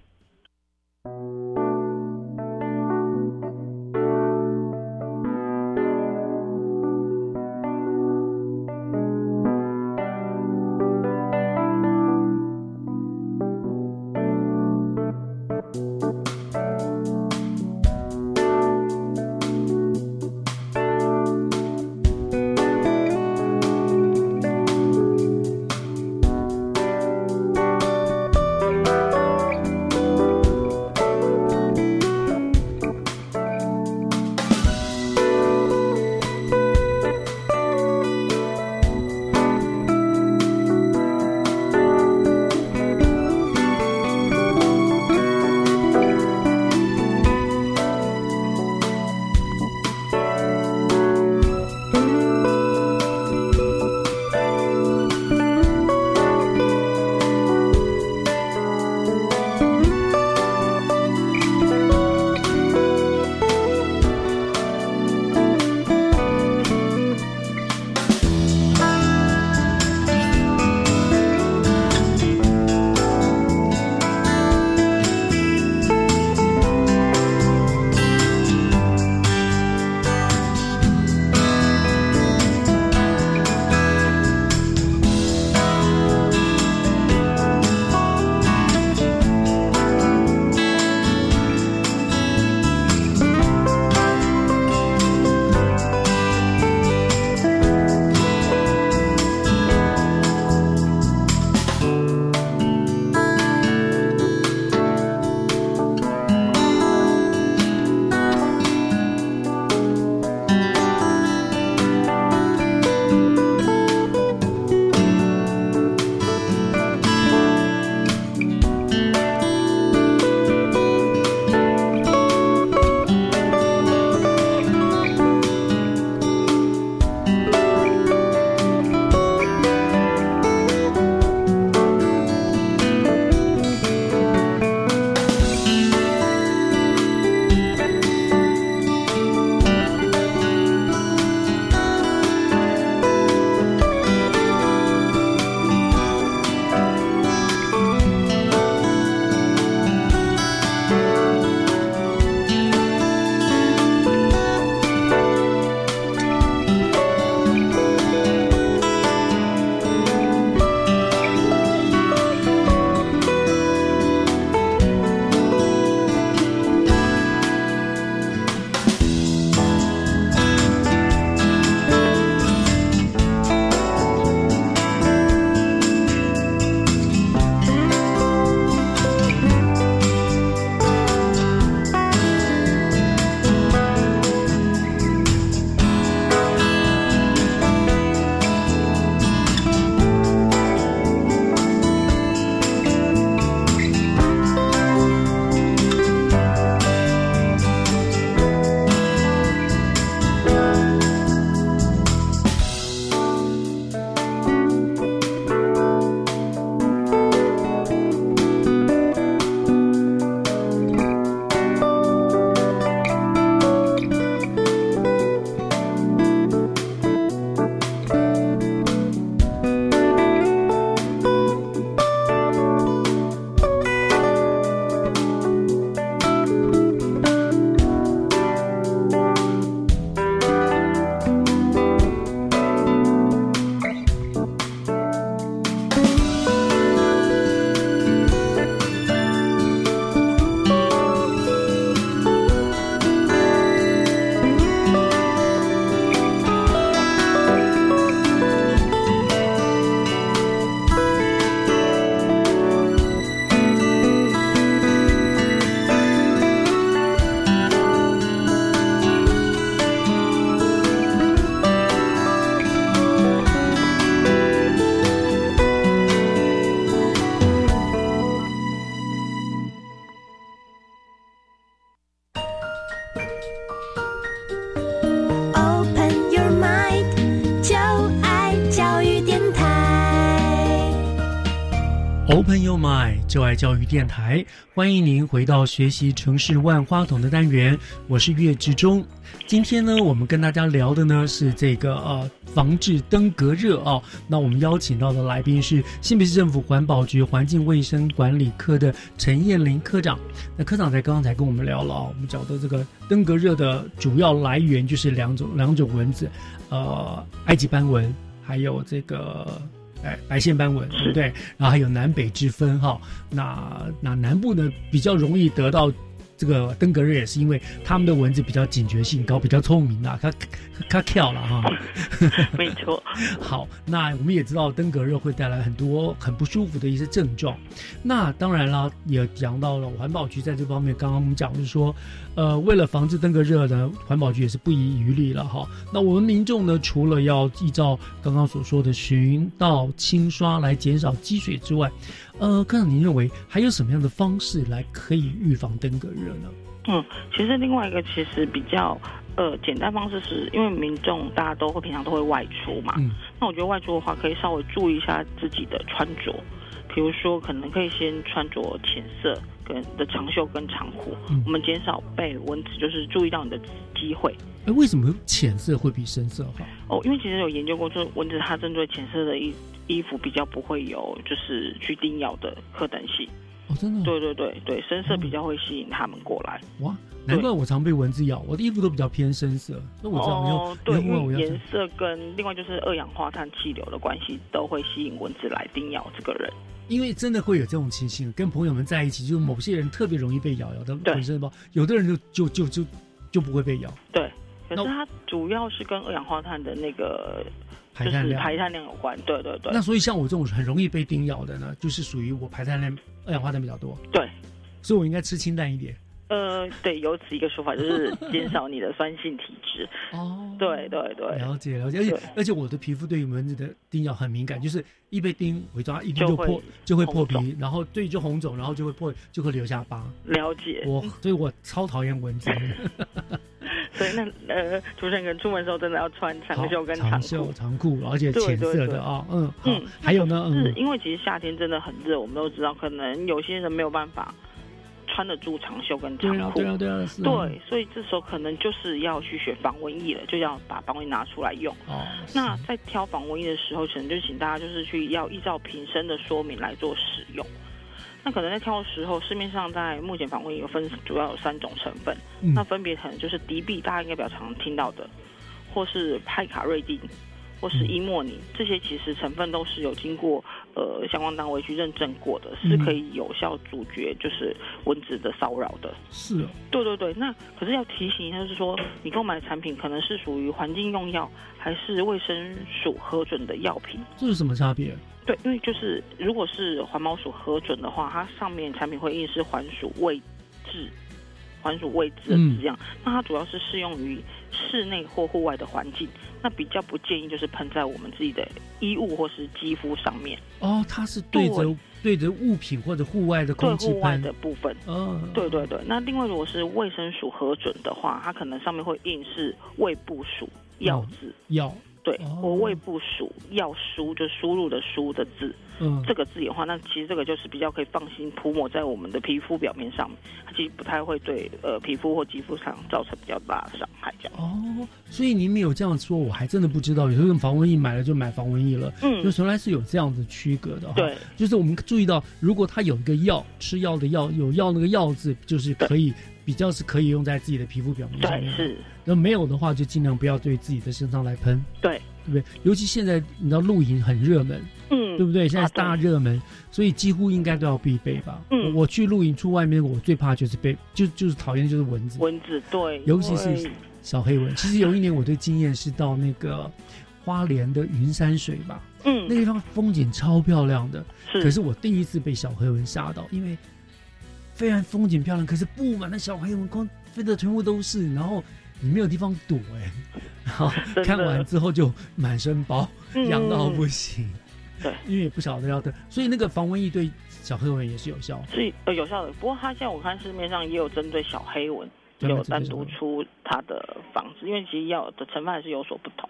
Open Your Mind， 就爱教育电台，欢迎您回到学习城市万花筒的单元，我是岳志忠。今天呢，我们跟大家聊的呢是这个呃防治登革热啊。那我们邀请到的来宾是新北市政府环保局环境卫生管理科的陈燕玲科长。那科长在刚刚才跟我们聊了啊，我们讲的这个登革热的主要来源就是两种两种蚊子，呃，埃及斑蚊，还有这个。哎，白线斑蚊，对不对？然后还有南北之分哈。那那南部呢比较容易得到这个登革热，也是因为他们的蚊子比较警觉性高，比较聪明啊，它它跳了哈。 没错。 好，那我们也知道登革热会带来很多很不舒服的一些症状。那当然啦，也讲到了环保局在这方面，刚刚我们讲就是说，呃，为了防治登革热呢，环保局也是不遗余力了哈。那我们民众呢，除了要依照刚刚所说的巡倒、清刷来减少积水之外，呃，科长您认为还有什么样的方式来可以预防登革热呢？ 嗯，其实另外一个其实比较呃简单方式是，因为民众大家都会平常都会外出嘛，嗯，那我觉得外出的话可以稍微注意一下自己的穿着，比如说可能可以先穿着浅色跟的长袖跟长裤，嗯，我们减少被蚊子就是注意到你的机会。 哎，为什么浅色会比深色好？ 哦，因为其实有研究过，就是蚊子它针对浅色的衣衣服比较不会有就是去叮咬的可能性。 哦，真的？ 对对对对，深色比较会吸引他们过来。 哇，难怪我常被蚊子咬，我的衣服都比较偏深色。那我知道， 哦，对，因为颜色跟另外就是二氧化碳气流的关系，都会吸引蚊子来叮咬这个人。 因为真的会有这种情形，跟朋友们在一起，就是某些人特别容易被咬，咬的浑身包，有的人就就就就就不会被咬。 对，可是它主要是跟二氧化碳的那个。就是排碳量有关，对对对。 那所以像我这种很容易被叮咬的呢，就是属于我排碳量二氧化碳比较多。 对， 所以我应该吃清淡一点。 呃，对，有此一个说法，就是减少你的酸性体质。 哦， 对对对， 了解了解。而且而且我的皮肤对于蚊子的叮咬很敏感，就是一被叮，我抓一叮就破，就会破皮，然后对就红肿，然后就会破，就会留下疤。 了解。 我所以我超讨厌蚊子。 所以那呃，主持人可能出门的时候真的要穿长袖跟长裤， 长袖长裤，而且浅色的啊，嗯嗯，还有呢， 是因为其实夏天真的很热，我们都知道，可能有些人没有办法穿得住长袖跟长裤， 对啊对啊对啊， 对，所以这时候可能就是要去选防蚊液了，就要把防蚊液拿出来用。哦，那在挑防蚊液的时候，可能就请大家就是去要依照瓶身的说明来做使用。那可能在挑的时候，市面上在目前防蚊液有分主要有三种成分，嗯，那分别可能就是迪碧，大家应该比较常听到的，或是派卡瑞丁，或是伊莫尼，这些其实成分都是有经过呃相关单位去认证过的，是可以有效阻绝就是蚊子的骚扰的。 是， 对对对。那可是要提醒一下，就是说你购买的产品可能是属于环境用药，还是卫生署核准的药品？ 这是什么差别？ 对，因为就是如果是环保署核准的话，它上面产品会印是环署卫制、环署卫制的字样，嗯，那它主要是适用于室内或户外的环境，那比较不建议就是喷在我们自己的衣物或是肌肤上面。 哦，它是对着对着物品或者户外的空气喷， 对户外的部分。哦，对对对。那另外如果是卫生署核准的话，它可能上面会印是卫部署药字药。 对，或卫部署药输，就输入的输的字，嗯，这个字眼的话，那其实这个就是比较可以放心涂抹在我们的皮肤表面上面，它其实不太会对呃皮肤或肌肤上造成比较大的伤害。这样哦，所以您没有这样说，我还真的不知道。有时候防蚊液买了就买防蚊液了，嗯，就原来是有这样子区隔的哈。 对， 就是我们注意到，如果它有一个药，吃药的药有药那个药字，就是可以比较是可以用在自己的皮肤表面上面。 对，是。 那没有的话，就尽量不要对自己的身上来喷。 对， 对不对？尤其现在你知道露营很热门，嗯，对不对？现在大热门，啊，所以几乎应该都要必备吧。嗯，我去露营出外面，我最怕就是被就就是讨厌就是蚊子。 蚊子，对， 尤其是小黑蚊。其实有一年我的经验是到那个花莲的云山水吧，嗯，那个地方风景超漂亮的，是。可是我第一次被小黑蚊吓到，因为虽然风景漂亮，可是布满了小黑蚊，光飞的全部都是，然后你没有地方躲哎，欸，然后看完之后就满身包，痒，嗯，到不行。 对， 因为也不晓得要的，所以那个防蚊液对小黑蚊也是有效， 是呃有效的。不过它现在我看市面上也有针对小黑蚊，有单独出它的防治，因为其实药的成分还是有所不同。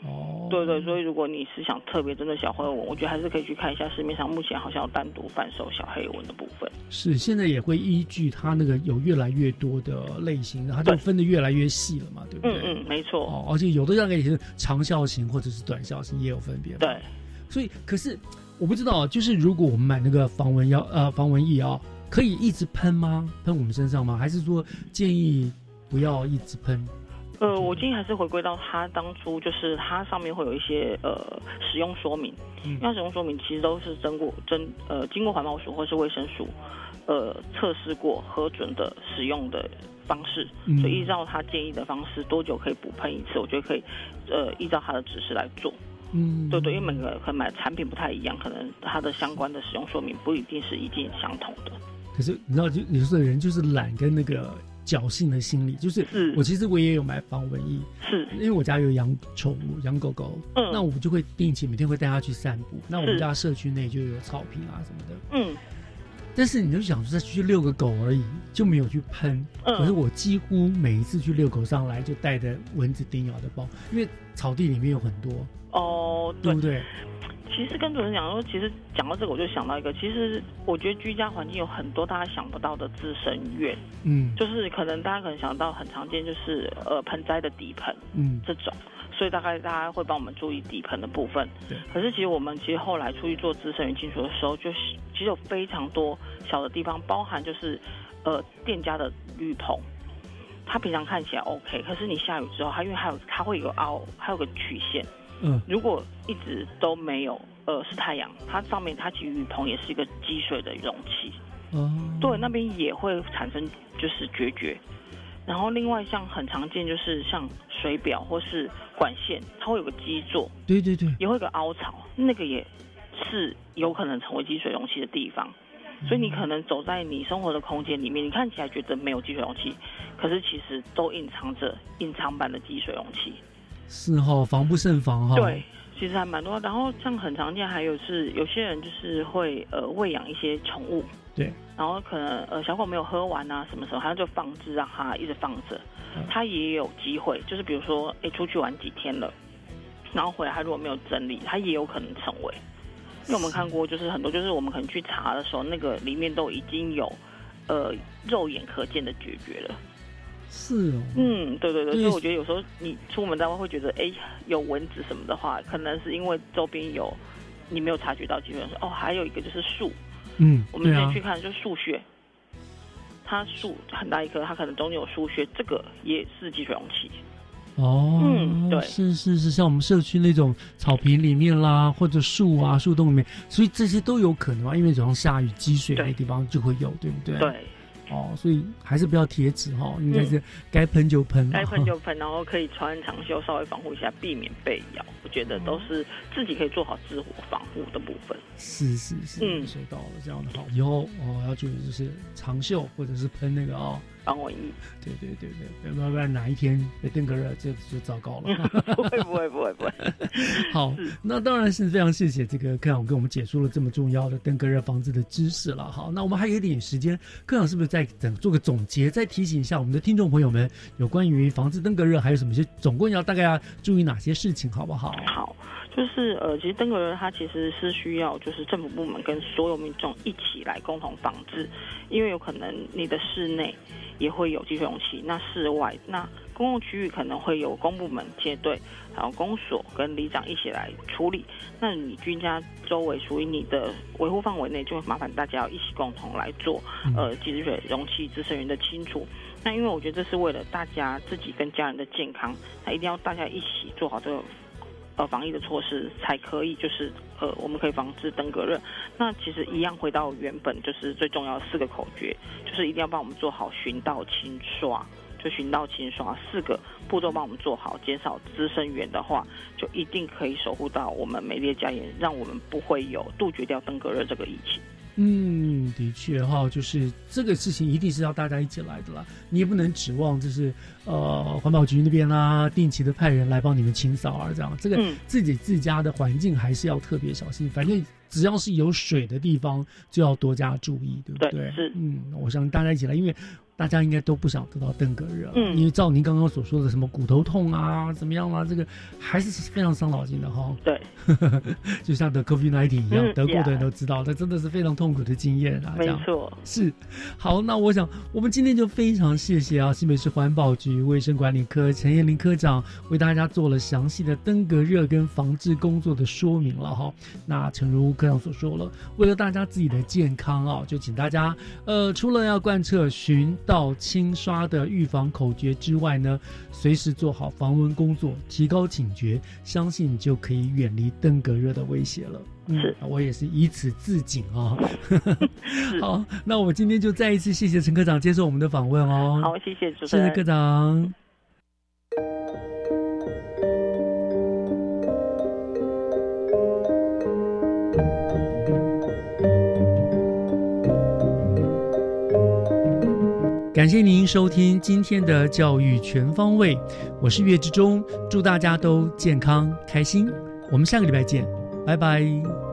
哦， 对对，所以如果你是想特别针对小黑蚊，我觉得还是可以去看一下市面上目前好像有单独贩售小黑蚊的部分。 是，现在也会依据它那个有越来越多的类型，它就分得越来越细了嘛，对不对？ 嗯嗯，没错。 哦，而且有的大概也是长效型或者是短效型也有分别。 对， 所以可是我不知道，就是如果我们买那个防蚊药呃防蚊液啊，可以一直喷吗？喷我们身上吗？还是说建议不要一直喷？ 呃，我建议还是回归到它当初，就是它上面会有一些呃使用说明，嗯、因为它使用说明其实都是经过真呃经过环保署或是卫生署呃测试过核准的使用的方式，嗯、所以依照他建议的方式，多久可以补喷一次，我觉得可以呃依照他的指示来做。嗯，对对，因为每个可能买的产品不太一样，可能它的相关的使用说明不一定是一定相同的。 可是你知道，就有时候人就是懒跟那个侥幸的心理，就是我其实我也有买防蚊液， 是因为我家有养宠物，养狗狗，嗯，那我们就会定期每天会带它去散步。那我们家社区内就有草坪啊什么的， 嗯。 但是你就想说再去遛个狗而已，就没有去喷。嗯、可是我几乎每一次去遛狗上来就带着蚊子叮咬的包，因为草地里面有很多。 哦， 对不对？ 其实跟主持人讲说，其实讲到这个，我就想到一个，其实我觉得居家环境有很多大家想不到的滋生源。嗯，就是可能大家可能想到很常见，就是呃盆栽的底盆，嗯，这种。所以大概大家会帮我们注意底盆的部分，对。可是其实我们其实后来出去做滋生源清除的时候，就是其实有非常多小的地方，包含就是呃店家的铝棚，它平常看起来 OK， 可是你下雨之后，它因为还有它会有凹，还有个曲线，嗯，如果一直都没有呃是太阳，它上面它其实铝棚也是一个积水的容器，哦，对，那边也会产生就是决绝。然后另外像很常见就是像水表或是管线，它会有个基座， 对对对， 也会有个凹槽，那个也是有可能成为积水容器的地方。所以你可能走在你生活的空间里面，你看起来觉得没有积水容器，可是其实都隐藏着隐藏版的积水容器。 是哈，防不胜防哈。 对，其实还蛮多。然后像很常见，还有是有些人就是会呃喂养一些宠物。 对， 然后可能呃小狗没有喝完啊什么什么，它就放置让它一直放着，它也有机会，就是比如说哎出去玩几天了，然后回来它如果没有整理，它也有可能成为，因为我们看过就是很多就是我们可能去查的时候，那个里面都已经有呃肉眼可见的决绝了。 是哦， 嗯，对对对，所以我觉得有时候你出门在外会觉得哎有蚊子什么的话，可能是因为周边有你没有察觉到积水容器。哦，还有一个就是树。 嗯， 我们之前去看就是树穴，它树很大一棵，它可能中间有树穴，这个也是积水容器。 哦，嗯，对，是是是，像我们社区那种草坪里面啦，或者树啊、树洞里面，所以这些都有可能啊，因为早上下雨积水的地方就会有，对不对？ 对。 哦，所以还是不要贴纸哈，应该是该喷就喷， 该喷就喷，然后可以穿长袖，稍微防护一下，避免被咬。我觉得都是自己可以做好自我防护的部分。 是是是，嗯，收到了，这样的好，以后哦要注意就是长袖或者是喷那个哦防蚊液。 对对对对，要不然哪一天被登革热就就糟糕了。 不会不会不会不会。 好，那当然是非常谢谢这个科长跟我们解说了这么重要的登革热防治的知识了。好，那我们还有一点时间，科长是不是再整做个总结，再提醒一下我们的听众朋友们有关于防治登革热还有什么些总共要大概要注意哪些事情，好不好？ 好，就是呃，其实登革热它其实是需要就是政府部门跟所有民众一起来共同防治，因为有可能你的室内也会有积水容器，那室外那公共区域可能会有公部门接队，还有公所跟里长一起来处理。那你居家周围属于你的维护范围内，就会麻烦大家要一起共同来做呃积水容器滋生源的清除。那因为我觉得这是为了大家自己跟家人的健康，那一定要大家一起做好这个呃防疫的措施，才可以就是呃我们可以防治登革热。那其实一样回到原本就是最重要的四个口诀，就是一定要帮我们做好巡倒清刷。就巡倒清刷四个步骤帮我们做好，减少滋生源的话，就一定可以守护到我们美丽的家园，让我们不会有杜绝掉登革热这个疫情。 嗯，的确哈，就是这个事情一定是要大家一起来的啦，你也不能指望就是呃环保局那边啦，定期的派人来帮你们清扫啊，这样这个自己自家的环境还是要特别小心，反正只要是有水的地方就要多加注意，对不对？ 对，是， 嗯，我想大家一起来，因为大家应该都不想得到登革热， 嗯， 因为照您刚刚所说的什么骨头痛啊，怎么样啊，这个还是非常伤脑筋的哈。 对， 就像得 COVID 十九 一样， 嗯、 得过的人都知道，这真的是非常痛苦的经验啊。 没错， 是。好，那我想我们今天就非常谢谢啊，新北市环保局卫生管理科陈彦麟科长为大家做了详细的登革热跟防治工作的说明了哈。那诚如科长所说了，为了大家自己的健康啊，就请大家呃，除了要贯彻循到清刷的预防口诀之外呢，随时做好防蚊工作，提高警觉，相信就可以远离登革热的威胁了。嗯， 是， 我也是以此自警啊。好，那我今天就再一次谢谢陈科长接受我们的访问哦。 好，谢谢主持人， 谢谢科长。感谢您收听今天的教育全方位，我是岳志忠，祝大家都健康开心，我们下个礼拜见，拜拜。